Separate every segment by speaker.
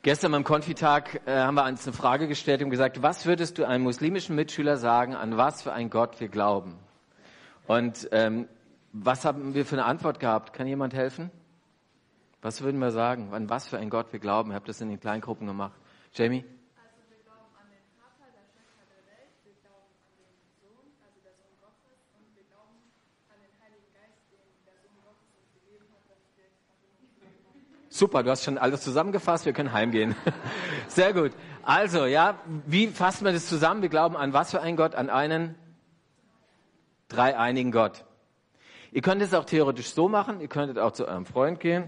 Speaker 1: Gestern beim Konfitag haben wir uns eine Frage gestellt und gesagt, was würdest du einem muslimischen Mitschüler sagen, an was für einen Gott wir glauben? Und was haben wir für eine Antwort gehabt? Kann jemand helfen? Was würden wir sagen, an was für einen Gott wir glauben? Ich habe das in den Kleingruppen gemacht. Jamie?
Speaker 2: Also wir glauben an den Vater, der Schöpfer der Welt, wir glauben an den Sohn, also der Sohn Gottes, und wir glauben an den Heiligen Geist, den der Sohn Gottes uns gegeben hat, damit wir in Verbindung kommen.
Speaker 1: Super, du hast schon alles zusammengefasst, wir können heimgehen. Sehr gut. Also, ja, wie fassen wir das zusammen? Wir glauben an was für einen Gott? An einen dreieinigen Gott. Ihr könnt es auch theoretisch so machen, ihr könntet auch zu eurem Freund gehen.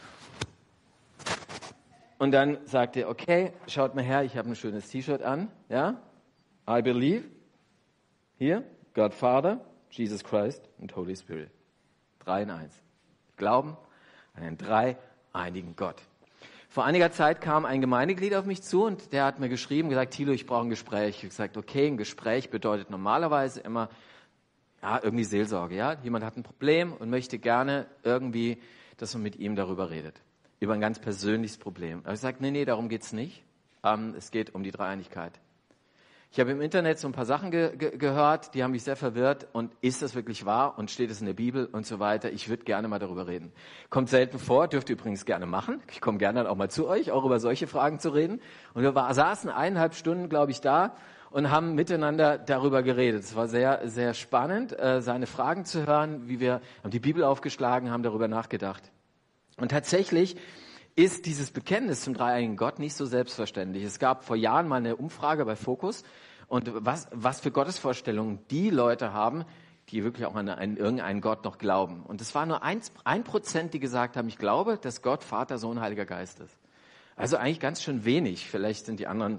Speaker 1: Und dann sagt ihr, okay, schaut mal her, ich habe ein schönes T-Shirt an. Ja? I believe. Hier, God Father, Jesus Christ und Holy Spirit. 3 in 1. Glauben an einen dreieinigen Gott. Vor einiger Zeit kam ein Gemeindeglied auf mich zu und der hat mir geschrieben, gesagt, Thilo, ich brauche ein Gespräch. Ich habe gesagt, okay, ein Gespräch bedeutet normalerweise immer, ja, irgendwie Seelsorge. Ja? Jemand hat ein Problem und möchte gerne irgendwie, dass man mit ihm darüber redet. Über ein ganz persönliches Problem. Aber ich sage, nee, darum geht's nicht. Es geht um die Dreieinigkeit. Ich habe im Internet so ein paar Sachen gehört, die haben mich sehr verwirrt. Und ist das wirklich wahr? Und steht es in der Bibel und so weiter? Ich würde gerne mal darüber reden. Kommt selten vor, dürft ihr übrigens gerne machen. Ich komme gerne dann auch mal zu euch, auch über solche Fragen zu reden. Und wir saßen 1,5 Stunden, glaube ich, da und haben miteinander darüber geredet. Es war sehr, sehr spannend, seine Fragen zu hören, wie wir haben die Bibel aufgeschlagen, haben darüber nachgedacht. Und tatsächlich ist dieses Bekenntnis zum dreieinigen Gott nicht so selbstverständlich. Es gab vor Jahren mal eine Umfrage bei Focus und was für Gottesvorstellungen die Leute haben, die wirklich auch an irgendeinen Gott noch glauben. Und es war nur 1%, die gesagt haben, ich glaube, dass Gott Vater, Sohn, Heiliger Geist ist. Also eigentlich ganz schön wenig. Vielleicht sind die anderen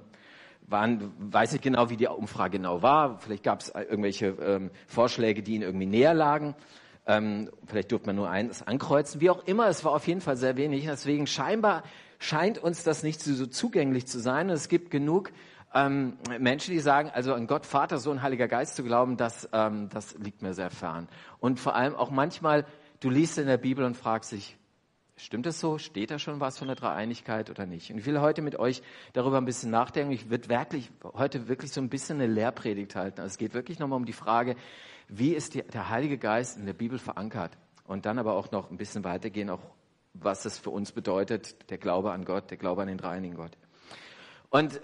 Speaker 1: weiß nicht genau, wie die Umfrage genau war. Vielleicht gab es irgendwelche Vorschläge, die ihnen irgendwie näher lagen. Vielleicht durfte man nur eins ankreuzen. Wie auch immer, es war auf jeden Fall sehr wenig. Deswegen scheinbar scheint uns das nicht so zugänglich zu sein. Und es gibt genug Menschen, die sagen, also an Gott, Vater, Sohn, Heiliger Geist zu glauben, das liegt mir sehr fern. Und vor allem auch manchmal, du liest in der Bibel und fragst dich, stimmt es so? Steht da schon was von der Dreieinigkeit oder nicht? Und ich will heute mit euch darüber ein bisschen nachdenken. Ich würde heute wirklich so ein bisschen eine Lehrpredigt halten. Also es geht wirklich nochmal um die Frage, wie ist der Heilige Geist in der Bibel verankert? Und dann aber auch noch ein bisschen weitergehen, auch was es für uns bedeutet, der Glaube an Gott, der Glaube an den dreieinigen Gott. Und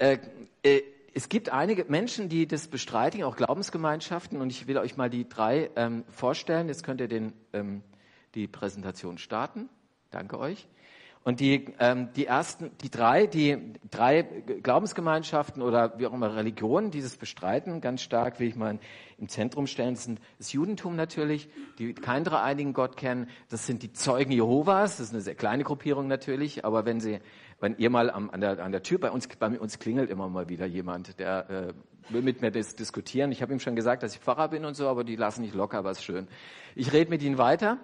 Speaker 1: es gibt einige Menschen, die das bestreiten, auch Glaubensgemeinschaften. Und ich will euch mal die 3 vorstellen. Jetzt könnt ihr die Präsentation starten. Danke euch. Und die drei Glaubensgemeinschaften oder wie auch immer Religionen, die das bestreiten, ganz stark will ich mal im Zentrum stellen, das sind das Judentum natürlich, die keinen dreieinigen Gott kennen. Das sind die Zeugen Jehovas, das ist eine sehr kleine Gruppierung natürlich, aber wenn ihr mal an der Tür, bei uns klingelt immer mal wieder jemand, der will mit mir diskutieren. Ich habe ihm schon gesagt, dass ich Pfarrer bin und so, aber die lassen nicht locker, was schön. Ich rede mit ihnen weiter.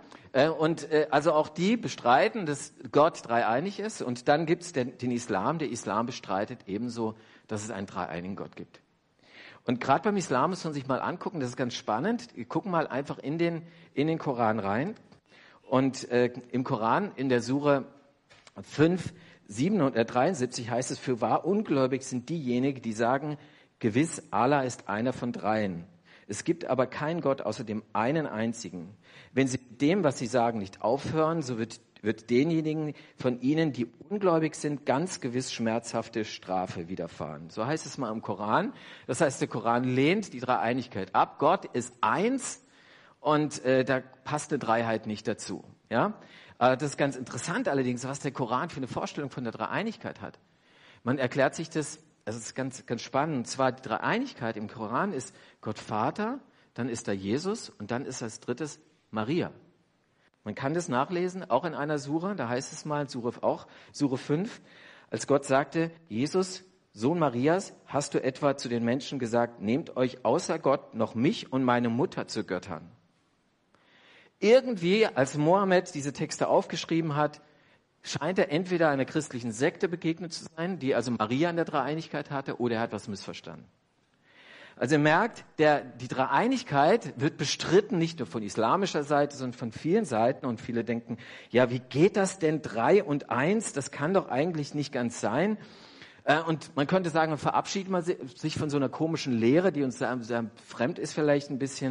Speaker 1: Also auch die bestreiten, dass Gott dreieinig ist. Und dann gibt es den Islam. Der Islam bestreitet ebenso, dass es einen dreieinigen Gott gibt. Und gerade beim Islam muss man sich mal angucken, das ist ganz spannend. Wir gucken mal einfach in den Koran rein. Und im Koran, in der Sure 5:773 heißt es, für wahr ungläubig sind diejenigen, die sagen, gewiss, Allah ist einer von dreien. Es gibt aber keinen Gott außer dem einen einzigen. Wenn sie mit dem, was sie sagen, nicht aufhören, so wird denjenigen von ihnen, die ungläubig sind, ganz gewiss schmerzhafte Strafe widerfahren. So heißt es mal im Koran. Das heißt, der Koran lehnt die Dreieinigkeit ab. Gott ist eins und da passt eine Dreiheit nicht dazu. Ja? Das ist ganz interessant allerdings, was der Koran für eine Vorstellung von der Dreieinigkeit hat. Man erklärt sich das. Das ist ganz, ganz spannend. Und zwar die Dreieinigkeit im Koran ist Gott Vater, dann ist da Jesus und dann ist als drittes Maria. Man kann das nachlesen, auch in einer Sure, da heißt es mal, Sure 5, als Gott sagte, Jesus, Sohn Marias, hast du etwa zu den Menschen gesagt, nehmt euch außer Gott noch mich und meine Mutter zu Göttern. Irgendwie, als Mohammed diese Texte aufgeschrieben hat, scheint er entweder einer christlichen Sekte begegnet zu sein, die also Maria in der Dreieinigkeit hatte, oder er hat was missverstanden. Also ihr merkt, die Dreieinigkeit wird bestritten, nicht nur von islamischer Seite, sondern von vielen Seiten. Und viele denken, ja, wie geht das denn 3 und 1? Das kann doch eigentlich nicht ganz sein. Und man könnte sagen, man verabschiedet man sich von so einer komischen Lehre, die uns sehr fremd ist vielleicht ein bisschen.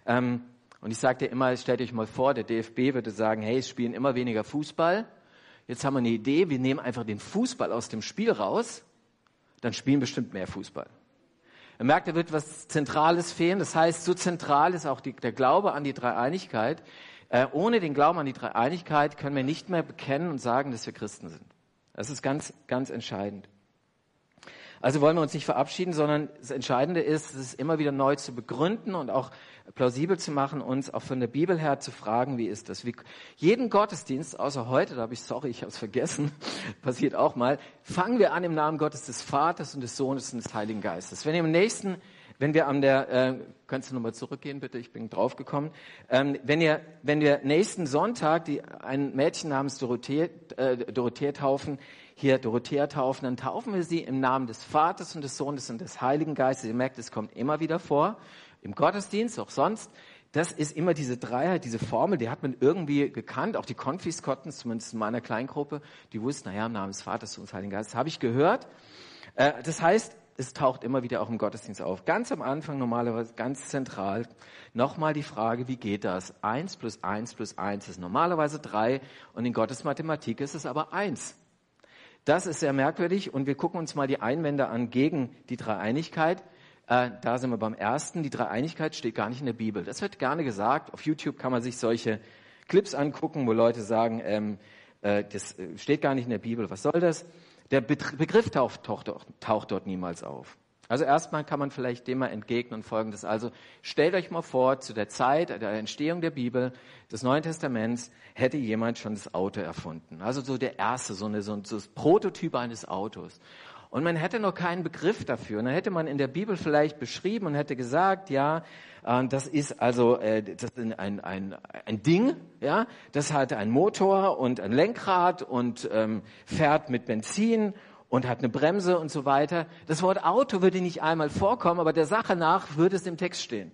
Speaker 1: Und ich sagte immer, stellt euch mal vor, der DFB würde sagen, hey, es spielen immer weniger Fußball. Jetzt haben wir eine Idee, wir nehmen einfach den Fußball aus dem Spiel raus, dann spielen bestimmt mehr Fußball. Er merkt, da wird was Zentrales fehlen. Das heißt, so zentral ist auch der Glaube an die Dreieinigkeit. Ohne den Glauben an die Dreieinigkeit können wir nicht mehr bekennen und sagen, dass wir Christen sind. Das ist ganz, ganz entscheidend. Also wollen wir uns nicht verabschieden, sondern das Entscheidende ist, es immer wieder neu zu begründen und auch plausibel zu machen, uns auch von der Bibel her zu fragen, wie ist das? Jeden Gottesdienst, außer heute, ich habe es vergessen, passiert auch mal, fangen wir an im Namen Gottes des Vaters und des Sohnes und des Heiligen Geistes. Wenn wir an der, kannst du nochmal zurückgehen, bitte, ich bin draufgekommen. Wenn wir nächsten Sonntag ein Mädchen namens Dorothea taufen, dann taufen wir sie im Namen des Vaters und des Sohnes und des Heiligen Geistes. Ihr merkt, es kommt immer wieder vor, im Gottesdienst, auch sonst. Das ist immer diese Dreiheit, diese Formel, die hat man irgendwie gekannt. Auch die Konfis konnten, zumindest in meiner Kleingruppe, die wussten, im Namen des Vaters und des Heiligen Geistes, habe ich gehört. Das heißt, es taucht immer wieder auch im Gottesdienst auf. Ganz am Anfang normalerweise, ganz zentral, nochmal die Frage, wie geht das? 1 plus 1 plus 1 ist normalerweise 3 und in Gottes Mathematik ist es aber 1. Das ist sehr merkwürdig und wir gucken uns mal die Einwände an gegen die Dreieinigkeit. Da sind wir beim ersten. Die Dreieinigkeit steht gar nicht in der Bibel. Das wird gerne gesagt. Auf YouTube kann man sich solche Clips angucken, wo Leute sagen, das steht gar nicht in der Bibel. Was soll das? Der Begriff taucht dort niemals auf. Also erstmal kann man vielleicht dem mal entgegnen und Folgendes. Also stellt euch mal vor, zu der Zeit der Entstehung der Bibel, des Neuen Testaments, hätte jemand schon das Auto erfunden. Also so der erste, so das Prototyp eines Autos. Und man hätte noch keinen Begriff dafür. Und dann hätte man in der Bibel vielleicht beschrieben und hätte gesagt, ja, das ist also das ist ein Ding, ja, das hat einen Motor und ein Lenkrad und fährt mit Benzin und hat eine Bremse und so weiter. Das Wort Auto würde nicht einmal vorkommen, aber der Sache nach würde es im Text stehen.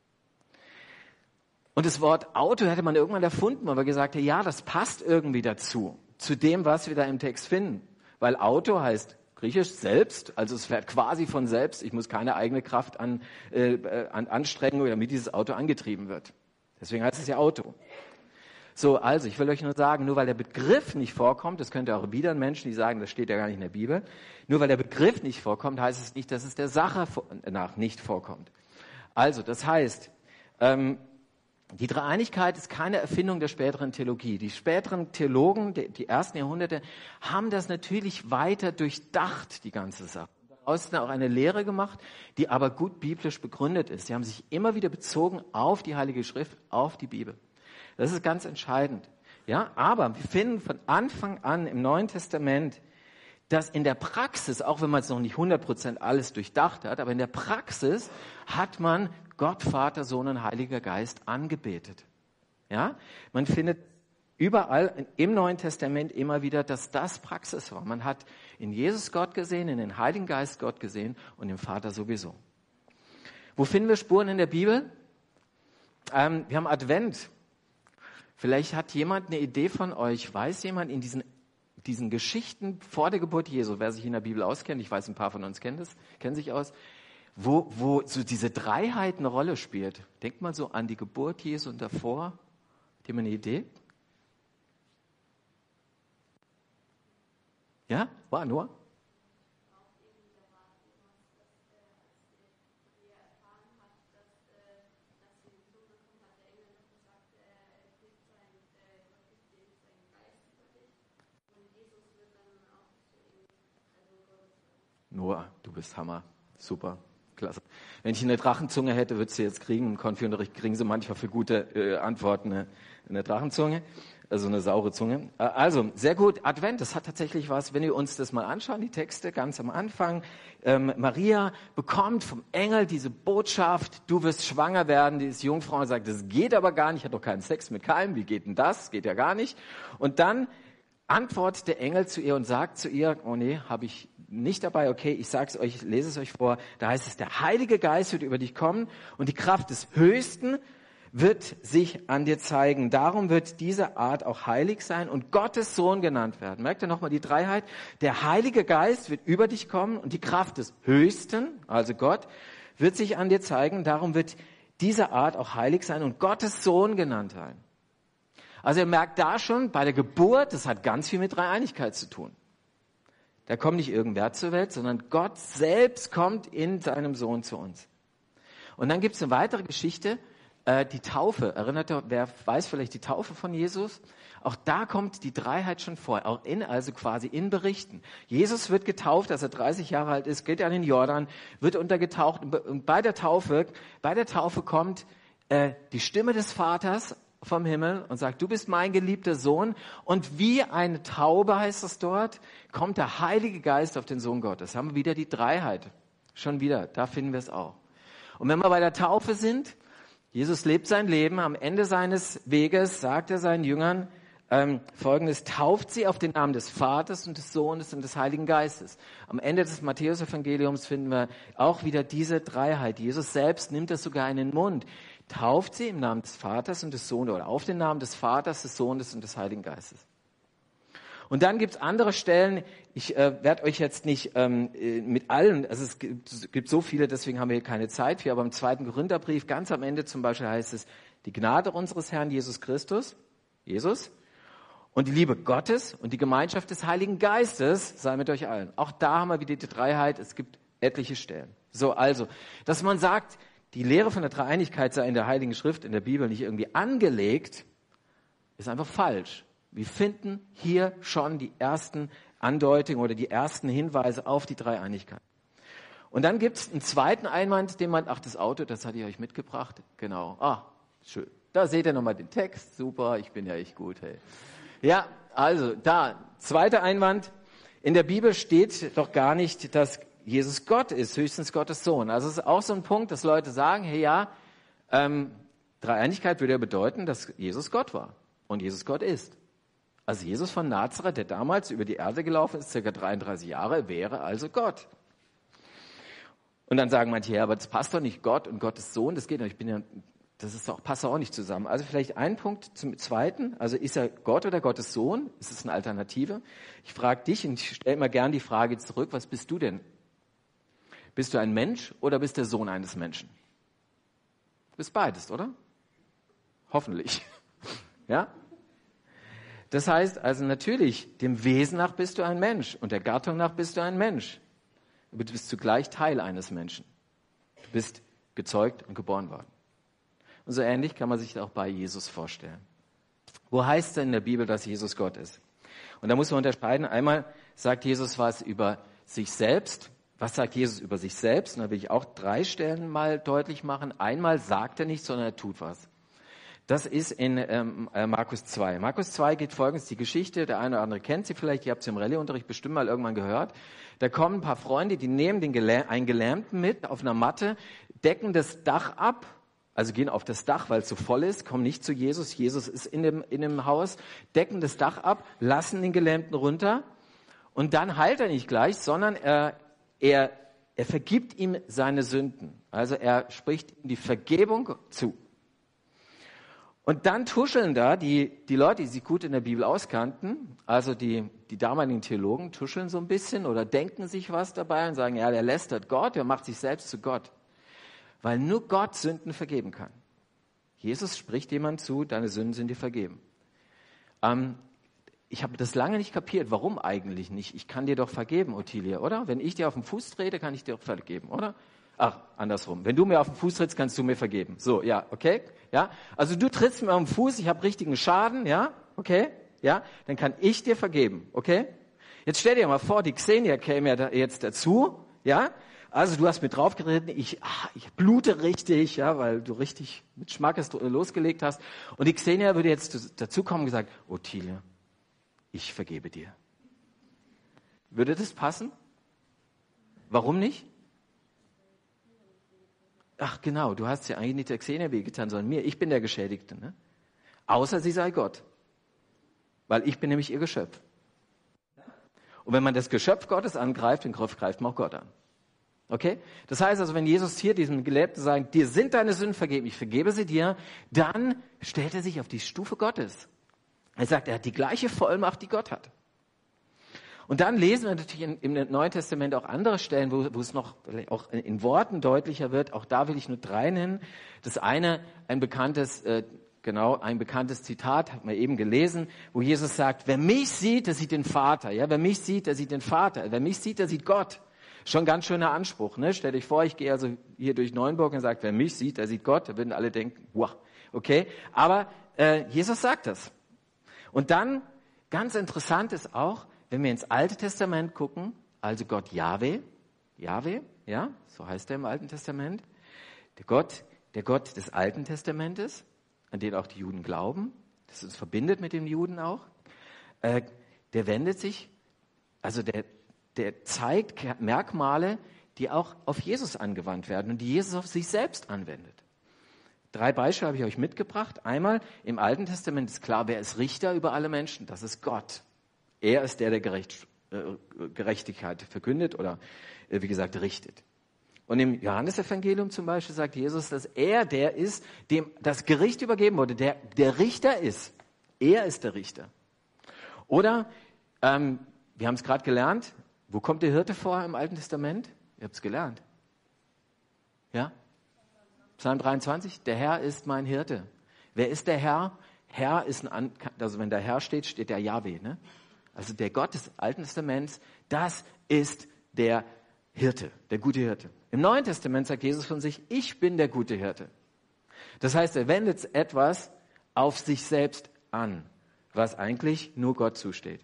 Speaker 1: Und das Wort Auto hätte man irgendwann erfunden, weil wir gesagt haben, ja, das passt irgendwie dazu, zu dem, was wir da im Text finden. Weil Auto heißt griechisch selbst, also es fährt quasi von selbst. Ich muss keine eigene Kraft an Anstrengung, damit dieses Auto angetrieben wird. Deswegen heißt es ja Auto. So, also ich will euch nur sagen, nur weil der Begriff nicht vorkommt, das könnt ihr auch erwidern, Menschen, die sagen, das steht ja gar nicht in der Bibel, nur weil der Begriff nicht vorkommt, heißt es nicht, dass es der Sache nach nicht vorkommt. Also, das heißt, die Dreieinigkeit ist keine Erfindung der späteren Theologie. Die späteren Theologen, die ersten Jahrhunderte, haben das natürlich weiter durchdacht, die ganze Sache. Daraus auch eine Lehre gemacht, die aber gut biblisch begründet ist. Sie haben sich immer wieder bezogen auf die Heilige Schrift, auf die Bibel. Das ist ganz entscheidend. Ja, aber wir finden von Anfang an im Neuen Testament, dass in der Praxis, auch wenn man es noch nicht 100% alles durchdacht hat, aber in der Praxis hat man Gott, Vater, Sohn und Heiliger Geist angebetet. Ja, man findet überall im Neuen Testament immer wieder, dass das Praxis war. Man hat in Jesus Gott gesehen, in den Heiligen Geist Gott gesehen und im Vater sowieso. Wo finden wir Spuren in der Bibel? Wir haben Advent. Vielleicht hat jemand eine Idee von euch, weiß jemand in diesen Geschichten vor der Geburt Jesu, wer sich in der Bibel auskennt, ich weiß, ein paar von uns kennen sich aus, wo so diese Dreiheit eine Rolle spielt. Denkt mal so an die Geburt Jesu und davor. Habt ihr mal eine Idee? Ja? War nur? Noah, du bist Hammer. Super. Klasse. Wenn ich eine Drachenzunge hätte, würdest du jetzt kriegen. Im Konfi-Unterricht kriegen sie manchmal für gute Antworten eine Drachenzunge, also eine saure Zunge. Also, sehr gut. Advent, das hat tatsächlich was, wenn wir uns das mal anschauen, die Texte ganz am Anfang. Maria bekommt vom Engel diese Botschaft, du wirst schwanger werden. Die ist Jungfrau und sagt, das geht aber gar nicht, ich hatte doch keinen Sex mit keinem. Wie geht denn das? Geht ja gar nicht. Und dann antwortet der Engel zu ihr und sagt zu ihr, oh nee, habe ich nicht dabei, okay, ich sag's euch, ich lese es euch vor, da heißt es, der Heilige Geist wird über dich kommen und die Kraft des Höchsten wird sich an dir zeigen. Darum wird diese Art auch heilig sein und Gottes Sohn genannt werden. Merkt ihr nochmal die Dreiheit? Der Heilige Geist wird über dich kommen und die Kraft des Höchsten, also Gott, wird sich an dir zeigen. Darum wird diese Art auch heilig sein und Gottes Sohn genannt sein. Also ihr merkt da schon, bei der Geburt, das hat ganz viel mit Dreieinigkeit zu tun. Da kommt nicht irgendwer zur Welt, sondern Gott selbst kommt in seinem Sohn zu uns. Und dann gibt es eine weitere Geschichte, die Taufe. Erinnert ihr, wer weiß vielleicht die Taufe von Jesus? Auch da kommt die Dreiheit schon vor, auch also quasi in Berichten. Jesus wird getauft, als er 30 Jahre alt ist, geht an den Jordan, wird untergetaucht und bei der Taufe kommt die Stimme des Vaters vom Himmel und sagt, du bist mein geliebter Sohn. Und wie eine Taube, heißt es dort, kommt der Heilige Geist auf den Sohn Gottes. Haben wir wieder die Dreiheit. Schon wieder, da finden wir es auch. Und wenn wir bei der Taufe sind, Jesus lebt sein Leben. Am Ende seines Weges sagt er seinen Jüngern Folgendes, tauft sie auf den Namen des Vaters und des Sohnes und des Heiligen Geistes. Am Ende des Matthäus-Evangeliums finden wir auch wieder diese Dreiheit. Jesus selbst nimmt das sogar in den Mund. Tauft sie im Namen des Vaters und des Sohnes oder auf den Namen des Vaters, des Sohnes und des Heiligen Geistes. Und dann gibt's andere Stellen, ich werde euch jetzt nicht mit allen, also es gibt so viele, deswegen haben wir hier keine Zeit für, aber im 2. Korintherbrief, ganz am Ende zum Beispiel heißt es, die Gnade unseres Herrn Jesus Christus, Jesus, und die Liebe Gottes und die Gemeinschaft des Heiligen Geistes sei mit euch allen. Auch da haben wir wieder die Dreiheit, es gibt etliche Stellen. So, also, dass man sagt, die Lehre von der Dreieinigkeit sei in der Heiligen Schrift, in der Bibel nicht irgendwie angelegt, ist einfach falsch. Wir finden hier schon die ersten Andeutungen oder die ersten Hinweise auf die Dreieinigkeit. Und dann gibt es einen zweiten Einwand, den man, das Auto, das hatte ich euch mitgebracht, genau, schön. Da seht ihr nochmal den Text, super, ich bin ja echt gut, hey. Ja, also da, zweiter Einwand, in der Bibel steht doch gar nicht, dass Jesus Gott ist, höchstens Gottes Sohn. Also es ist auch so ein Punkt, dass Leute sagen, hey ja, Dreieinigkeit würde ja bedeuten, dass Jesus Gott war und Jesus Gott ist. Also Jesus von Nazareth, der damals über die Erde gelaufen ist, ca. 33 Jahre, wäre also Gott. Und dann sagen manche, ja, aber das passt doch nicht, Gott und Gottes Sohn, das geht nicht, passt auch nicht zusammen. Also vielleicht ein Punkt zum Zweiten, also ist er Gott oder Gottes Sohn? Ist es eine Alternative? Ich frage dich und ich stelle immer gern die Frage zurück, was bist du denn? Bist du ein Mensch oder bist der Sohn eines Menschen? Du bist beides, oder? Hoffentlich. Ja? Das heißt also natürlich, dem Wesen nach bist du ein Mensch und der Gattung nach bist du ein Mensch. Du bist zugleich Teil eines Menschen. Du bist gezeugt und geboren worden. Und so ähnlich kann man sich das auch bei Jesus vorstellen. Wo heißt denn in der Bibel, dass Jesus Gott ist? Und da muss man unterscheiden. Einmal sagt Jesus was über sich selbst. Was sagt Jesus über sich selbst? Und da will ich auch 3 Stellen mal deutlich machen. Einmal sagt er nichts, sondern er tut was. Das ist in Markus 2. Markus 2 geht folgendes, die Geschichte, der eine oder andere kennt sie vielleicht, ihr habt sie im Rallye-Unterricht bestimmt mal irgendwann gehört. Da kommen ein paar Freunde, die nehmen einen Gelähmten mit auf einer Matte, decken das Dach ab, also gehen auf das Dach, weil es so voll ist, kommen nicht zu Jesus, Jesus ist in dem Haus, decken das Dach ab, lassen den Gelähmten runter und dann heilt er nicht gleich, sondern er vergibt ihm seine Sünden. Also er spricht ihm die Vergebung zu. Und dann tuscheln da die Leute, die sich gut in der Bibel auskannten, also die damaligen Theologen tuscheln so ein bisschen oder denken sich was dabei und sagen, ja, der lästert Gott, der macht sich selbst zu Gott. Weil nur Gott Sünden vergeben kann. Jesus spricht jemand zu, deine Sünden sind dir vergeben. Ich habe das lange nicht kapiert, warum eigentlich nicht? Ich kann dir doch vergeben, Ottilia, oder? Wenn ich dir auf den Fuß trete, kann ich dir auch vergeben, oder? Ach, andersrum. Wenn du mir auf den Fuß trittst, kannst du mir vergeben. So, ja, okay? Ja? Also du trittst mir auf den Fuß, ich habe richtigen Schaden, ja? Okay? Ja? Dann kann ich dir vergeben, okay? Jetzt stell dir mal vor, die Xenia käme ja jetzt dazu, ja? Also du hast mir draufgeritten, ich blute richtig, ja, weil du richtig mit Schmackes losgelegt hast. Und die Xenia würde jetzt dazukommen und gesagt, Ottilia, ich vergebe dir. Würde das passen? Warum nicht? Ach genau, du hast ja eigentlich nicht der Xenia wehgetan, sondern mir. Ich bin der Geschädigte. Ne? Außer sie sei Gott. Weil ich bin nämlich ihr Geschöpf. Und wenn man das Geschöpf Gottes angreift, dann greift man auch Gott an. Okay? Das heißt also, wenn Jesus hier diesem Gelähmten sagt, dir sind deine Sünden vergeben, ich vergebe sie dir, dann stellt er sich auf die Stufe Gottes. Er sagt, er hat die gleiche Vollmacht, die Gott hat. Und dann lesen wir natürlich im Neuen Testament auch andere Stellen, wo es noch vielleicht auch in Worten deutlicher wird. Auch da will ich nur 3 nennen. Das eine, ein bekanntes Zitat, hat man eben gelesen, wo Jesus sagt, wer mich sieht, der sieht den Vater. Ja, wer mich sieht, der sieht den Vater. Wer mich sieht, der sieht Gott. Schon ein ganz schöner Anspruch. Ne? Stellt euch vor, ich gehe also hier durch Neuenburg und sage, wer mich sieht, der sieht Gott. Da würden alle denken, wow, okay. Aber Jesus sagt das. Und dann, ganz interessant ist auch, wenn wir ins Alte Testament gucken, also Gott Jahwe, ja, so heißt er im Alten Testament, der Gott des Alten Testamentes, an den auch die Juden glauben, das uns verbindet mit den Juden auch, der wendet sich, also der zeigt Merkmale, die auch auf Jesus angewandt werden und die Jesus auf sich selbst anwendet. 3 Beispiele habe ich euch mitgebracht. Einmal, im Alten Testament ist klar, wer ist Richter über alle Menschen? Das ist Gott. Er ist der Gerechtigkeit verkündet oder, wie gesagt, richtet. Und im Johannesevangelium zum Beispiel sagt Jesus, dass er der ist, dem das Gericht übergeben wurde, der Richter ist. Er ist der Richter. Oder, wir haben es gerade gelernt, wo kommt der Hirte vor im Alten Testament? Ihr habt es gelernt. Ja? Psalm 23, der Herr ist mein Hirte. Wer ist der Herr? Herr ist also wenn der Herr steht, steht der Jahwe, ne? Also der Gott des Alten Testaments, das ist der Hirte, der gute Hirte. Im Neuen Testament sagt Jesus von sich, ich bin der gute Hirte. Das heißt, er wendet etwas auf sich selbst an, was eigentlich nur Gott zusteht.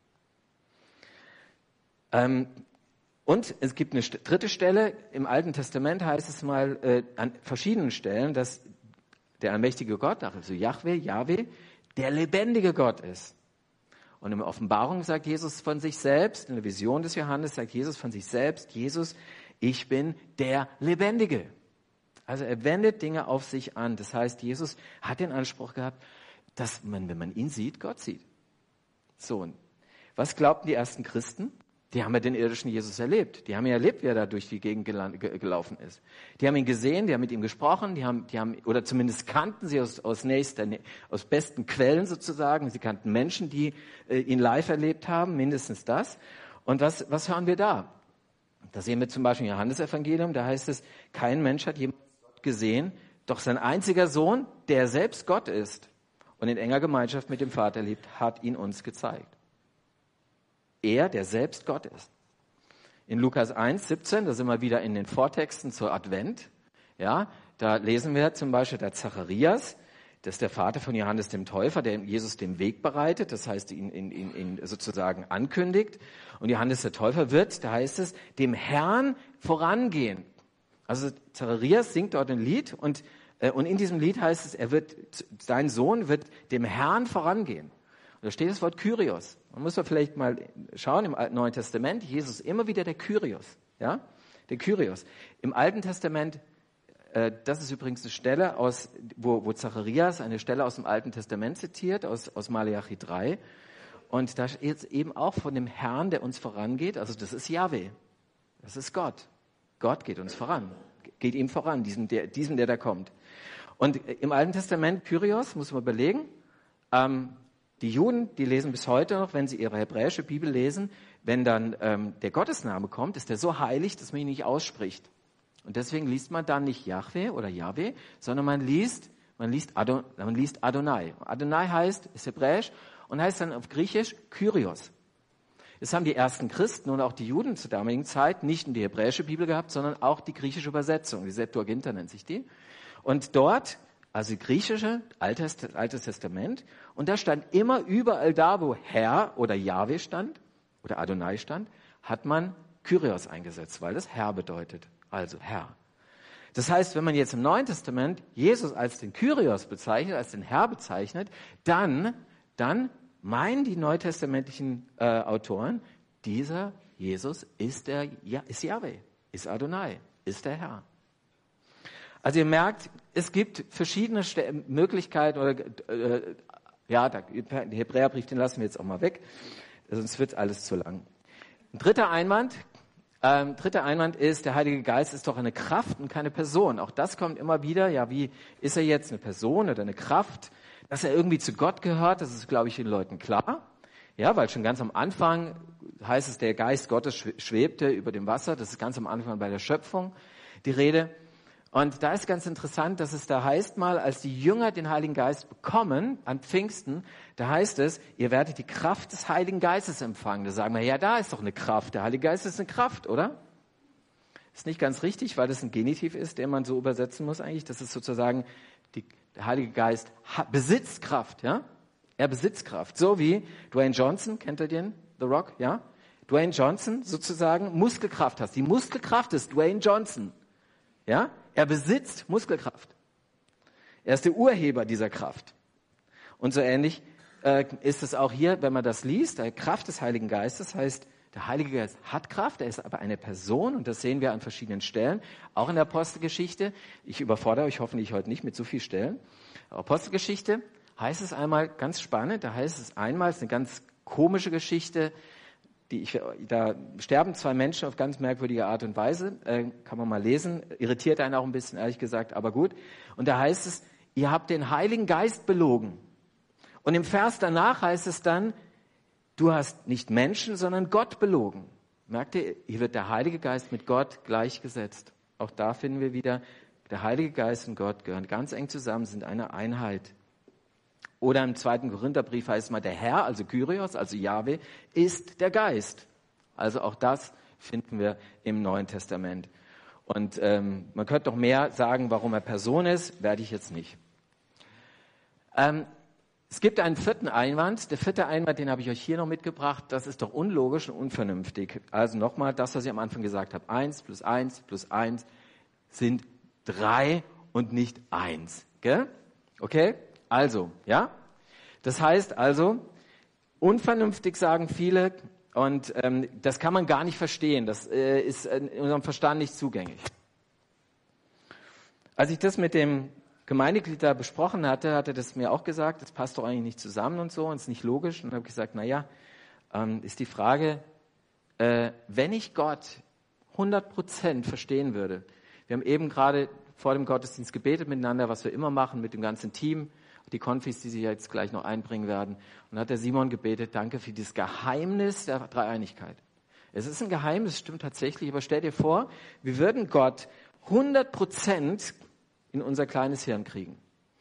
Speaker 1: Und es gibt eine 3. Stelle, im Alten Testament heißt es mal an verschiedenen Stellen, dass der allmächtige Gott, also Jahwe, der lebendige Gott ist. Und in der Offenbarung sagt Jesus von sich selbst, in der Vision des Johannes sagt Jesus von sich selbst, Jesus, ich bin der Lebendige. Also er wendet Dinge auf sich an. Das heißt, Jesus hat den Anspruch gehabt, dass man, wenn man ihn sieht, Gott sieht. So, und was glaubten die ersten Christen? Die haben ja den irdischen Jesus erlebt. Die haben ja erlebt, wie er da durch die Gegend gelaufen ist. Die haben ihn gesehen, die haben mit ihm gesprochen, die haben oder zumindest kannten sie aus besten Quellen sozusagen. Sie kannten Menschen, die ihn live erlebt haben, mindestens das. Und was hören wir da? Da sehen wir zum Beispiel im Johannesevangelium, da heißt es, kein Mensch hat jemals Gott gesehen, doch sein einziger Sohn, der selbst Gott ist und in enger Gemeinschaft mit dem Vater lebt, hat ihn uns gezeigt. Er, der selbst Gott ist. In Lukas 1, 17, da sind wir wieder in den Vortexten zur Advent. Ja, da lesen wir zum Beispiel der Zacharias, das ist der Vater von Johannes dem Täufer, der Jesus den Weg bereitet, das heißt ihn sozusagen ankündigt. Und Johannes der Täufer wird, da heißt es, dem Herrn vorangehen. Also Zacharias singt dort ein Lied und in diesem Lied heißt es, sein Sohn wird dem Herrn vorangehen. Da steht das Wort Kyrios. Man muss vielleicht mal schauen, im Neuen Testament, Jesus immer wieder der Kyrios. Ja? Der Kyrios. Im Alten Testament, das ist übrigens eine Stelle, wo Zacharias eine Stelle aus dem Alten Testament zitiert, aus Maleachi 3. Und da steht eben auch von dem Herrn, der uns vorangeht. Also das ist Jahwe. Das ist Gott. Gott geht uns voran. Geht ihm voran, diesem, der da kommt. Und im Alten Testament, Kyrios, muss man überlegen, die Juden, die lesen bis heute noch, wenn sie ihre hebräische Bibel lesen, wenn dann der Gottesname kommt, ist der so heilig, dass man ihn nicht ausspricht. Und deswegen liest man dann nicht Jahwe oder Jahwe, sondern man liest Adonai. Adonai heißt, ist hebräisch und heißt dann auf Griechisch Kyrios. Das haben die ersten Christen und auch die Juden zur damaligen Zeit nicht nur die hebräische Bibel gehabt, sondern auch die griechische Übersetzung, die Septuaginta nennt sich die. Und dort, also die griechische, Altes Testament, und da stand immer überall da, wo Herr oder Jahwe stand oder Adonai stand, hat man Kyrios eingesetzt, weil das Herr bedeutet, also Herr. Das heißt, wenn man jetzt im Neuen Testament Jesus als den Kyrios bezeichnet, als den Herr bezeichnet, dann meinen die neutestamentlichen Autoren, dieser Jesus ist Jahwe, ist Adonai, ist der Herr. Also ihr merkt, es gibt verschiedene Möglichkeiten, den Hebräerbrief, den lassen wir jetzt auch mal weg, sonst wird alles zu lang. Ein dritter Einwand ist, der Heilige Geist ist doch eine Kraft und keine Person. Auch das kommt immer wieder. Ja, wie ist er jetzt eine Person oder eine Kraft? Dass er irgendwie zu Gott gehört, das ist, glaube ich, den Leuten klar. Ja, weil schon ganz am Anfang heißt es, der Geist Gottes schwebte über dem Wasser. Das ist ganz am Anfang bei der Schöpfung die Rede. Und da ist ganz interessant, dass es da heißt mal, als die Jünger den Heiligen Geist bekommen an Pfingsten, da heißt es, ihr werdet die Kraft des Heiligen Geistes empfangen. Da sagen wir, ja, da ist doch eine Kraft. Der Heilige Geist ist eine Kraft, oder? Ist nicht ganz richtig, weil das ein Genitiv ist, den man so übersetzen muss eigentlich. Das ist sozusagen, der Heilige Geist besitzt Kraft, ja? Er besitzt Kraft. So wie Dwayne Johnson, kennt ihr den? The Rock, ja? Dwayne Johnson sozusagen Muskelkraft hat. Die Muskelkraft ist Dwayne Johnson, ja? Er besitzt Muskelkraft. Er ist der Urheber dieser Kraft. Und so ähnlich ist es auch hier, wenn man das liest, die Kraft des Heiligen Geistes heißt, der Heilige Geist hat Kraft, er ist aber eine Person und das sehen wir an verschiedenen Stellen, auch in der Apostelgeschichte. Ich überfordere euch hoffentlich heute nicht mit so vielen Stellen. Apostelgeschichte heißt es einmal ganz spannend, da heißt es einmal, es ist eine ganz komische Geschichte, da sterben zwei Menschen auf ganz merkwürdige Art und Weise, kann man mal lesen, irritiert einen auch ein bisschen, ehrlich gesagt, aber gut. Und da heißt es, ihr habt den Heiligen Geist belogen. Und im Vers danach heißt es dann, du hast nicht Menschen, sondern Gott belogen. Merkt ihr, hier wird der Heilige Geist mit Gott gleichgesetzt. Auch da finden wir wieder, der Heilige Geist und Gott gehören ganz eng zusammen, sind eine Einheit. Oder im 2. Korintherbrief heißt es mal, der Herr, also Kyrios, also Jahwe, ist der Geist. Also auch das finden wir im Neuen Testament. Und man könnte noch mehr sagen, warum er Person ist, werde ich jetzt nicht. Es gibt einen vierten Einwand. Der vierte Einwand, den habe ich euch hier noch mitgebracht. Das ist doch unlogisch und unvernünftig. Also nochmal das, was ich am Anfang gesagt habe. 1 plus 1 plus 1 sind 3 und nicht 1. Gell? Okay? Also, ja? Das heißt also, unvernünftig sagen viele und das kann man gar nicht verstehen. Das ist in unserem Verstand nicht zugänglich. Als ich das mit dem Gemeindeglied da besprochen hatte, hat er das mir auch gesagt, das passt doch eigentlich nicht zusammen und so und ist nicht logisch. Und habe gesagt, naja, ist die Frage, wenn ich Gott 100% verstehen würde. Wir haben eben gerade vor dem Gottesdienst gebetet miteinander, was wir immer machen mit dem ganzen Team, die Konfis, die sich jetzt gleich noch einbringen werden. Und hat der Simon gebetet, danke für dieses Geheimnis der Dreieinigkeit. Es ist ein Geheimnis, stimmt tatsächlich, aber stell dir vor, wir würden Gott 100% in unser kleines Hirn kriegen.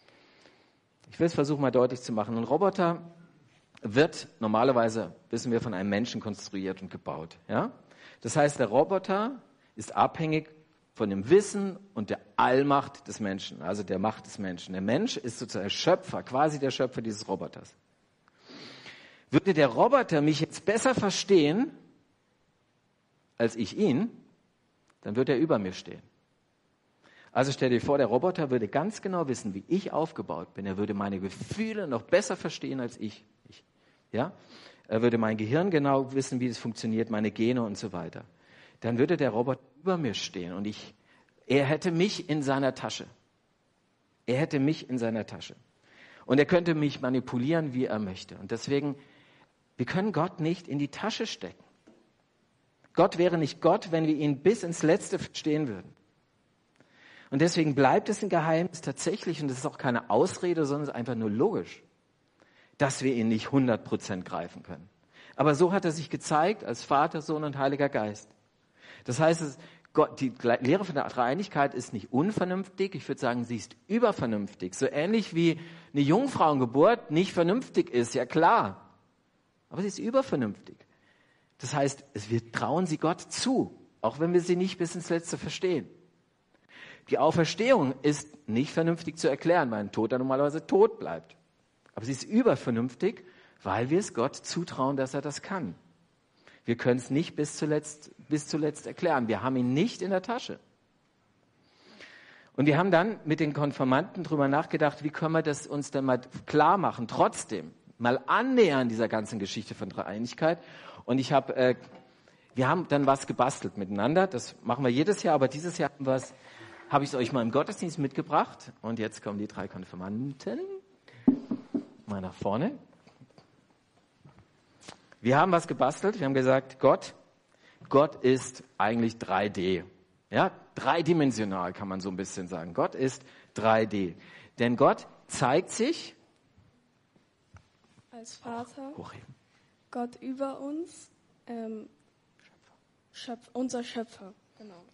Speaker 1: Ich will es versuchen, mal deutlich zu machen. Ein Roboter wird normalerweise, wissen wir, von einem Menschen konstruiert und gebaut. Ja? Das heißt, der Roboter ist abhängig von dem Wissen und der Allmacht des Menschen, also der Macht des Menschen. Der Mensch ist sozusagen Schöpfer, quasi der Schöpfer dieses Roboters. Würde der Roboter mich jetzt besser verstehen als ich ihn, dann würde er über mir stehen. Also stell dir vor, der Roboter würde ganz genau wissen, wie ich aufgebaut bin. Er würde meine Gefühle noch besser verstehen als ich. Ja? Er würde mein Gehirn genau wissen, wie es funktioniert, meine Gene und so weiter. Dann würde der Roboter über mir stehen und er hätte mich in seiner Tasche. Er hätte mich in seiner Tasche. Und er könnte mich manipulieren, wie er möchte. Und deswegen, wir können Gott nicht in die Tasche stecken. Gott wäre nicht Gott, wenn wir ihn bis ins Letzte verstehen würden. Und deswegen bleibt es ein Geheimnis tatsächlich, und das ist auch keine Ausrede, sondern es ist einfach nur logisch, dass wir ihn nicht 100% greifen können. Aber so hat er sich gezeigt als Vater, Sohn und Heiliger Geist. Das heißt, die Lehre von der Dreieinigkeit ist nicht unvernünftig, ich würde sagen, sie ist übervernünftig. So ähnlich wie eine Jungfrauengeburt nicht vernünftig ist, ja klar. Aber sie ist übervernünftig. Das heißt, wir trauen sie Gott zu, auch wenn wir sie nicht bis ins Letzte verstehen. Die Auferstehung ist nicht vernünftig zu erklären, weil ein Toter normalerweise tot bleibt. Aber sie ist übervernünftig, weil wir es Gott zutrauen, dass er das kann. Wir können es nicht bis zuletzt erklären. Wir haben ihn nicht in der Tasche. Und wir haben dann mit den Konfirmanden drüber nachgedacht, wie können wir das uns denn mal klar machen, trotzdem mal annähern dieser ganzen Geschichte von Dreieinigkeit. Und wir haben dann was gebastelt miteinander. Das machen wir jedes Jahr, aber dieses Jahr habe ich es euch mal im Gottesdienst mitgebracht. Und jetzt kommen die 3 Konfirmanden mal nach vorne. Wir haben was gebastelt. Wir haben gesagt, Gott, Gott ist eigentlich 3D. Ja, dreidimensional kann man so ein bisschen sagen. Gott ist 3D. Denn Gott zeigt sich
Speaker 3: als Vater,
Speaker 1: hochheben.
Speaker 3: Gott über uns, unser Schöpfer. Genau.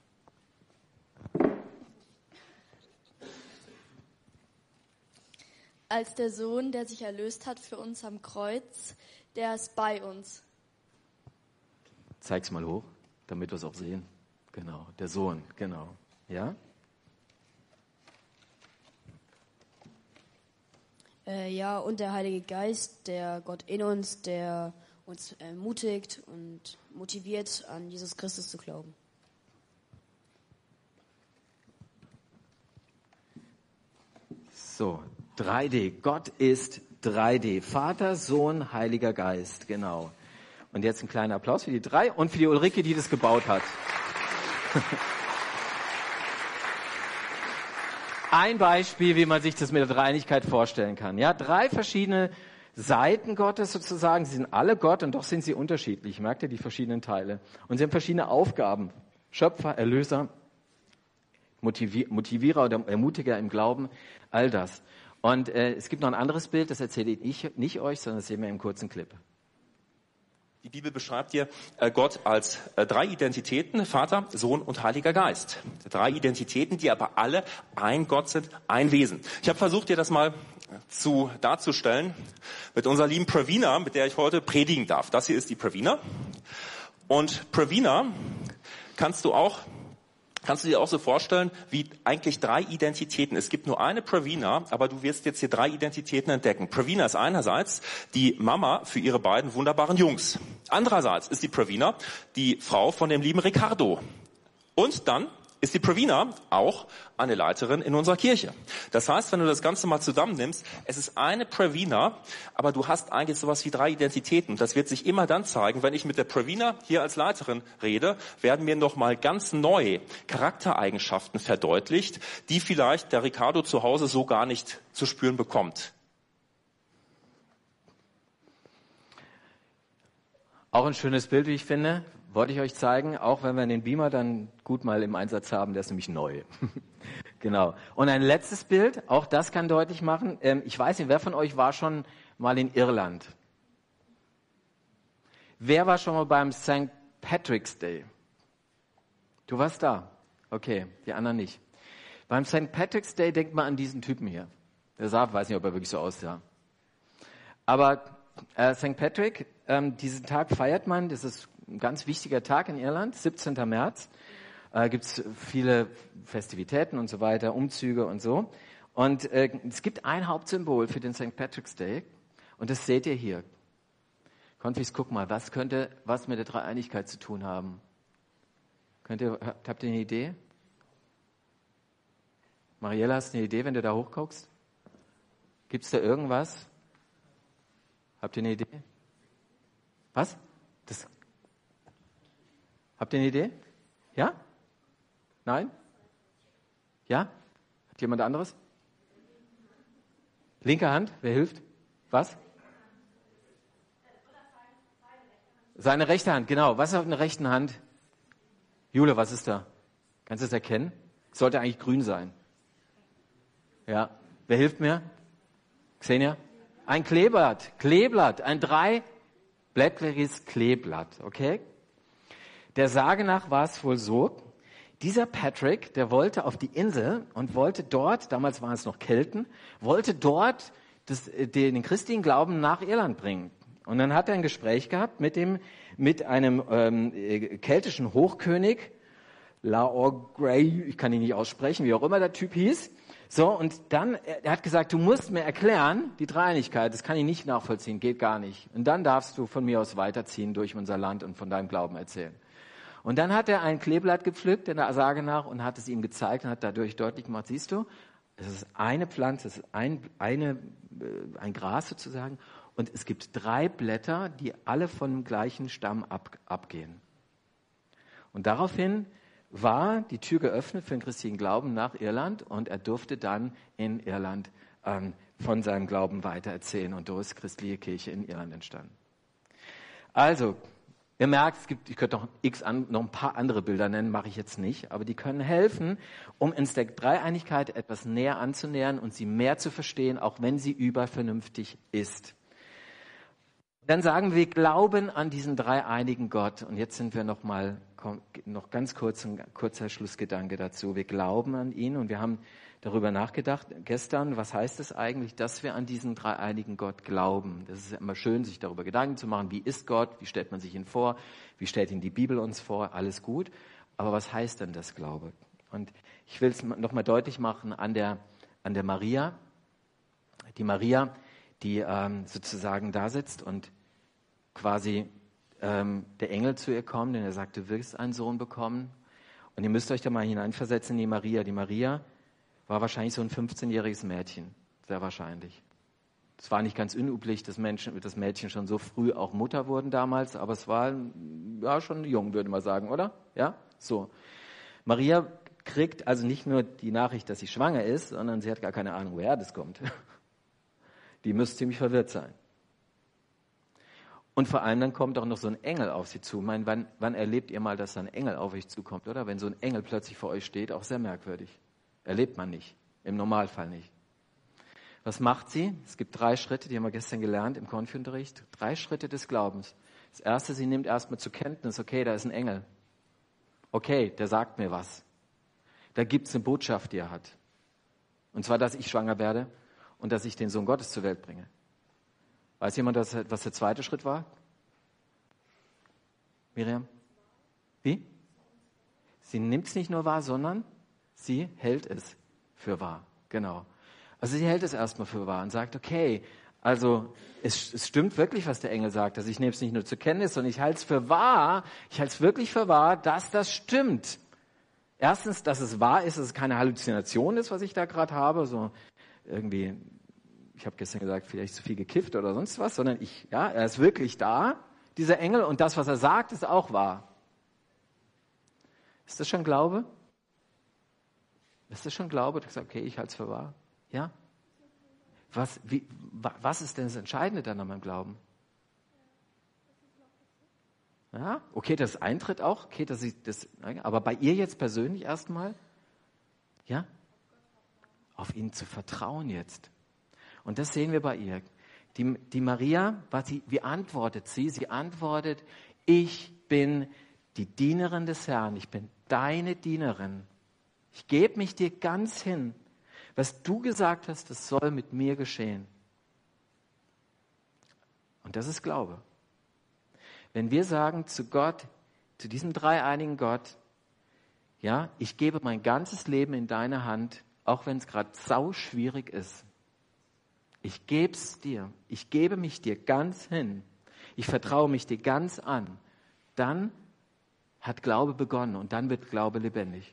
Speaker 4: Als der Sohn, der sich erlöst hat für uns am Kreuz, der ist bei uns.
Speaker 1: Zeig's mal hoch, damit wir es auch sehen. Genau, der Sohn, genau. Ja?
Speaker 5: Ja, und der Heilige Geist, der Gott in uns, der uns ermutigt und motiviert, an Jesus Christus zu glauben.
Speaker 1: So, 3D. Gott ist 3D. Vater, Sohn, Heiliger Geist. Genau. Und jetzt ein kleiner Applaus für die drei und für die Ulrike, die das gebaut hat. Ein Beispiel, wie man sich das mit der Dreieinigkeit vorstellen kann. Ja, 3 verschiedene Seiten Gottes sozusagen. Sie sind alle Gott und doch sind sie unterschiedlich. Merkt ihr die verschiedenen Teile? Und sie haben verschiedene Aufgaben. Schöpfer, Erlöser, Motivierer oder Ermutiger im Glauben, all das. Und es gibt noch ein anderes Bild, das erzähle ich nicht euch, sondern das sehen wir im kurzen Clip.
Speaker 6: Die Bibel beschreibt hier Gott als 3 Identitäten, Vater, Sohn und Heiliger Geist. 3 Identitäten, die aber alle ein Gott sind, ein Wesen. Ich habe versucht, dir das mal darzustellen mit unserer lieben Pravina, mit der ich heute predigen darf. Das hier ist die Pravina. Und Pravina kannst du dir auch so vorstellen, wie eigentlich 3 Identitäten. Es gibt nur eine Pravina, aber du wirst jetzt hier 3 Identitäten entdecken. Pravina ist einerseits die Mama für ihre beiden wunderbaren Jungs. Andererseits ist die Pravina die Frau von dem lieben Ricardo. Und dann ist die Pravina auch eine Leiterin in unserer Kirche. Das heißt, wenn du das Ganze mal zusammennimmst, es ist eine Pravina, aber du hast eigentlich sowas wie 3 Identitäten. Und das wird sich immer dann zeigen, wenn ich mit der Pravina hier als Leiterin rede, werden mir nochmal ganz neue Charaktereigenschaften verdeutlicht, die vielleicht der Ricardo zu Hause so gar nicht zu spüren bekommt.
Speaker 1: Auch ein schönes Bild, wie ich finde. Wollte ich euch zeigen, auch wenn wir den Beamer dann gut mal im Einsatz haben, der ist nämlich neu. Genau. Und ein letztes Bild, auch das kann deutlich machen. Ich weiß nicht, wer von euch war schon mal in Irland? Wer war schon mal beim St. Patrick's Day? Du warst da? Okay, die anderen nicht. Beim St. Patrick's Day denkt man an diesen Typen hier. Der sah, weiß nicht, ob er wirklich so aussah. Aber St. Patrick, diesen Tag feiert man, das ist ein ganz wichtiger Tag in Irland, 17. März. Gibt es viele Festivitäten und so weiter, Umzüge und so. Und es gibt ein Hauptsymbol für den St. Patrick's Day und das seht ihr hier. Konfis, guck mal, was könnte was mit der Dreieinigkeit zu tun haben? Habt ihr eine Idee? Mariella, hast du eine Idee, wenn du da hochguckst? Gibt es da irgendwas? Habt ihr eine Idee? Was? Habt ihr eine Idee? Ja? Nein? Ja? Hat jemand anderes? Linke Hand, wer hilft? Was? Seine rechte Hand, genau. Was ist auf einer rechten Hand? Jule, was ist da? Kannst du es erkennen? Sollte eigentlich grün sein. Ja. Wer hilft mir? Xenia? Ein Kleeblatt, ein 3-blättriges Kleeblatt, okay? Der Sage nach war es wohl so, dieser Patrick, der wollte auf die Insel und wollte dort, damals waren es noch Kelten, wollte dort den christlichen Glauben nach Irland bringen. Und dann hat er ein Gespräch gehabt mit einem keltischen Hochkönig, Laogray, ich kann ihn nicht aussprechen, wie auch immer der Typ hieß. So, und dann, er hat gesagt, du musst mir erklären, die Dreieinigkeit, das kann ich nicht nachvollziehen, geht gar nicht. Und dann darfst du von mir aus weiterziehen durch unser Land und von deinem Glauben erzählen. Und dann hat er ein Kleeblatt gepflückt, in der Sage nach, und hat es ihm gezeigt und hat dadurch deutlich gemacht, siehst du, es ist eine Pflanze, es ist ein Gras sozusagen, und es gibt 3 Blätter, die alle von dem gleichen Stamm abgehen. Und daraufhin war die Tür geöffnet für den christlichen Glauben nach Irland und er durfte dann in Irland von seinem Glauben weitererzählen und so ist christliche Kirche in Irland entstanden. Also, Ihr merkt, ich könnte noch ein paar andere Bilder nennen, mache ich jetzt nicht, aber die können helfen, um uns der Dreieinigkeit etwas näher anzunähern und sie mehr zu verstehen, auch wenn sie übervernünftig ist. Dann sagen wir, glauben an diesen dreieinigen Gott. Und jetzt sind wir noch ganz kurz, ein kurzer Schlussgedanke dazu. Wir glauben an ihn und wir haben darüber nachgedacht gestern, was heißt es eigentlich, dass wir an diesen dreieinigen Gott glauben. Das ist ja immer schön, sich darüber Gedanken zu machen, wie ist Gott, wie stellt man sich ihn vor, wie stellt ihn die Bibel uns vor, alles gut. Aber was heißt denn das Glaube? Und ich will es nochmal deutlich machen an der Maria. Die Maria, die sozusagen da sitzt und quasi der Engel zu ihr kommt, denn er sagt, du wirst einen Sohn bekommen. Und ihr müsst euch da mal hineinversetzen in die Maria. Die Maria war wahrscheinlich so ein 15-jähriges Mädchen, sehr wahrscheinlich. Es war nicht ganz unüblich, dass Mädchen schon so früh auch Mutter wurden damals, aber es war ja schon jung, würde man sagen, oder? Ja, so. Maria kriegt also nicht nur die Nachricht, dass sie schwanger ist, sondern sie hat gar keine Ahnung, woher das kommt. Die müsste ziemlich verwirrt sein. Und vor allem dann kommt auch noch so ein Engel auf sie zu. Ich meine, wann erlebt ihr mal, dass ein Engel auf euch zukommt, oder? Wenn so ein Engel plötzlich vor euch steht, auch sehr merkwürdig. Erlebt man nicht, im Normalfall nicht. Was macht sie? Es gibt 3 Schritte, die haben wir gestern gelernt im Konfi-Unterricht. 3 Schritte des Glaubens. Das erste, sie nimmt erstmal zur Kenntnis, okay, da ist ein Engel. Okay, der sagt mir was. Da gibt es eine Botschaft, die er hat. Und zwar, dass ich schwanger werde und dass ich den Sohn Gottes zur Welt bringe. Weiß jemand, was der zweite Schritt war? Miriam? Wie? Sie nimmt es nicht nur wahr, sondern sie hält es für wahr. Genau. Also sie hält es erstmal für wahr und sagt, okay, also es stimmt wirklich, was der Engel sagt. Also ich nehme es nicht nur zur Kenntnis, sondern ich halte es für wahr. Ich halte es wirklich für wahr, dass das stimmt. Erstens, dass es wahr ist, dass es keine Halluzination ist, was ich da gerade habe. So irgendwie, ich habe gestern gesagt, vielleicht zu viel gekifft oder sonst was, sondern er ist wirklich da, dieser Engel, und das, was er sagt, ist auch wahr. Ist das schon Glaube? Ist das schon Glaube? Du sagst, okay, ich halte es für wahr. Ja? Was ist denn das Entscheidende dann an meinem Glauben? Ja, okay, das eintritt auch, okay, aber bei ihr jetzt persönlich erstmal, ja, auf ihn zu vertrauen jetzt. Und das sehen wir bei ihr. Die Maria, wie antwortet sie? Sie antwortet, ich bin die Dienerin des Herrn, ich bin deine Dienerin. Ich gebe mich dir ganz hin. Was du gesagt hast, das soll mit mir geschehen. Und das ist Glaube. Wenn wir sagen zu Gott, zu diesem dreieinigen Gott, ja, ich gebe mein ganzes Leben in deine Hand, auch wenn es gerade sau schwierig ist. Ich gebe es dir. Ich gebe mich dir ganz hin. Ich vertraue mich dir ganz an. Dann hat Glaube begonnen und dann wird Glaube lebendig.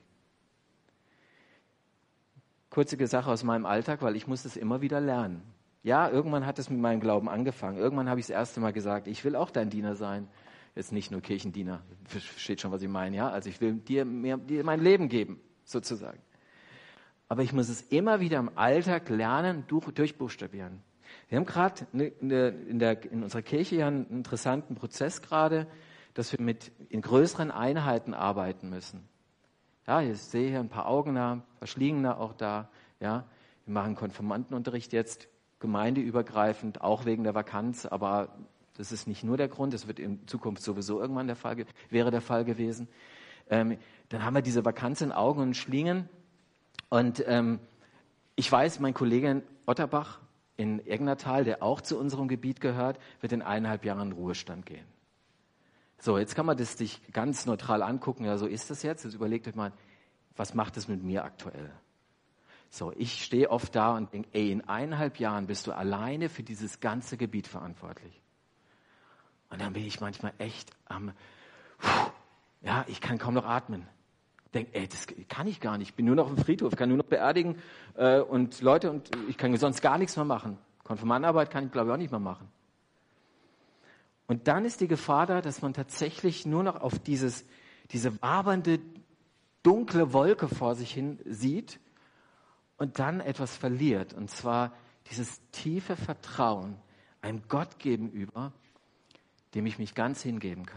Speaker 1: Kurze Sache aus meinem Alltag, weil ich muss es immer wieder lernen. Ja, irgendwann hat es mit meinem Glauben angefangen. Irgendwann habe ich das erste Mal gesagt, ich will auch dein Diener sein. Jetzt nicht nur Kirchendiener, versteht schon, was ich meine. Ja? Also ich will dir mein Leben geben, sozusagen. Aber ich muss es immer wieder im Alltag lernen, durchbuchstabieren. Wir haben gerade in unserer Kirche ja einen interessanten Prozess gerade, dass wir in größeren Einheiten arbeiten müssen. Ja, ich sehe hier ein paar Augen da, ein paar Schliegende auch da. Ja, wir machen Konfirmandenunterricht jetzt gemeindeübergreifend, auch wegen der Vakanz, aber das ist nicht nur der Grund, das wird in Zukunft sowieso irgendwann wäre der Fall gewesen. Dann haben wir diese Vakanz in Augen und Schlingen. Und ich weiß, mein Kollege in Otterbach in Egnertal, der auch zu unserem Gebiet gehört, wird in 1,5 Jahren in Ruhestand gehen. So, jetzt kann man das sich ganz neutral angucken. Ja, so ist das jetzt. Jetzt überlegt euch mal, was macht das mit mir aktuell? So, ich stehe oft da und denke, in 1,5 Jahren bist du alleine für dieses ganze Gebiet verantwortlich. Und dann bin ich manchmal echt ich kann kaum noch atmen. Denke, das kann ich gar nicht. Ich bin nur noch im Friedhof, kann nur noch beerdigen und Leute, und ich kann sonst gar nichts mehr machen. Konfirmandenarbeit kann ich, glaube ich, auch nicht mehr machen. Und dann ist die Gefahr da, dass man tatsächlich nur noch auf diese wabernde, dunkle Wolke vor sich hin sieht und dann etwas verliert. Und zwar dieses tiefe Vertrauen einem Gott gegenüber, dem ich mich ganz hingeben kann.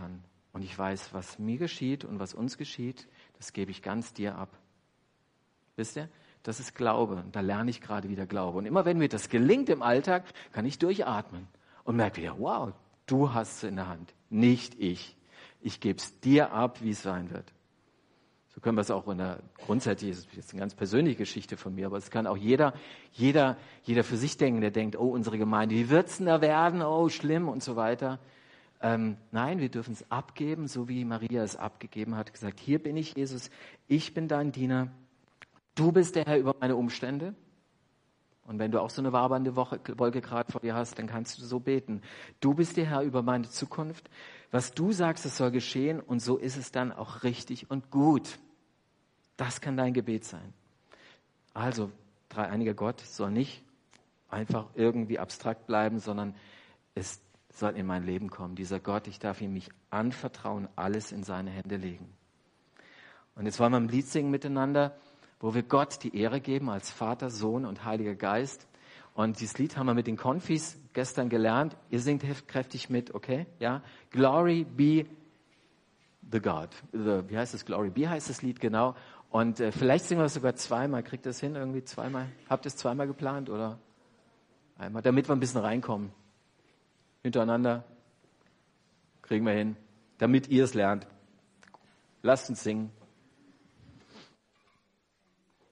Speaker 1: Und ich weiß, was mir geschieht und was uns geschieht, das gebe ich ganz dir ab. Wisst ihr? Das ist Glaube. Und da lerne ich gerade wieder Glaube. Und immer wenn mir das gelingt im Alltag, kann ich durchatmen und merke wieder, wow, du hast es in der Hand, nicht ich. Ich gebe es dir ab, wie es sein wird. So können wir es auch grundsätzlich, das ist jetzt eine ganz persönliche Geschichte von mir, aber es kann auch jeder für sich denken, der denkt, oh, unsere Gemeinde, wie wird's denn da werden? Oh, schlimm und so weiter. Nein, wir dürfen es abgeben, so wie Maria es abgegeben hat, gesagt, hier bin ich, Jesus, ich bin dein Diener, du bist der Herr über meine Umstände. Und wenn du auch so eine wabernde Wolke gerade vor dir hast, dann kannst du so beten. Du bist der Herr über meine Zukunft. Was du sagst, es soll geschehen und so ist es dann auch richtig und gut. Das kann dein Gebet sein. Also, dreieiniger Gott soll nicht einfach irgendwie abstrakt bleiben, sondern es soll in mein Leben kommen. Dieser Gott, ich darf ihm mich anvertrauen, alles in seine Hände legen. Und jetzt wollen wir ein Lied singen miteinander, wo wir Gott die Ehre geben als Vater, Sohn und Heiliger Geist. Und dieses Lied haben wir mit den Konfis gestern gelernt. Ihr singt kräftig mit, okay? Ja? Glory be the God. Wie heißt es? Glory be heißt das Lied, genau. Und vielleicht singen wir es sogar zweimal. Kriegt ihr das hin irgendwie zweimal? Habt ihr es zweimal geplant oder einmal? Damit wir ein bisschen reinkommen. Hintereinander. Kriegen wir hin. Damit ihr es lernt. Lasst uns singen.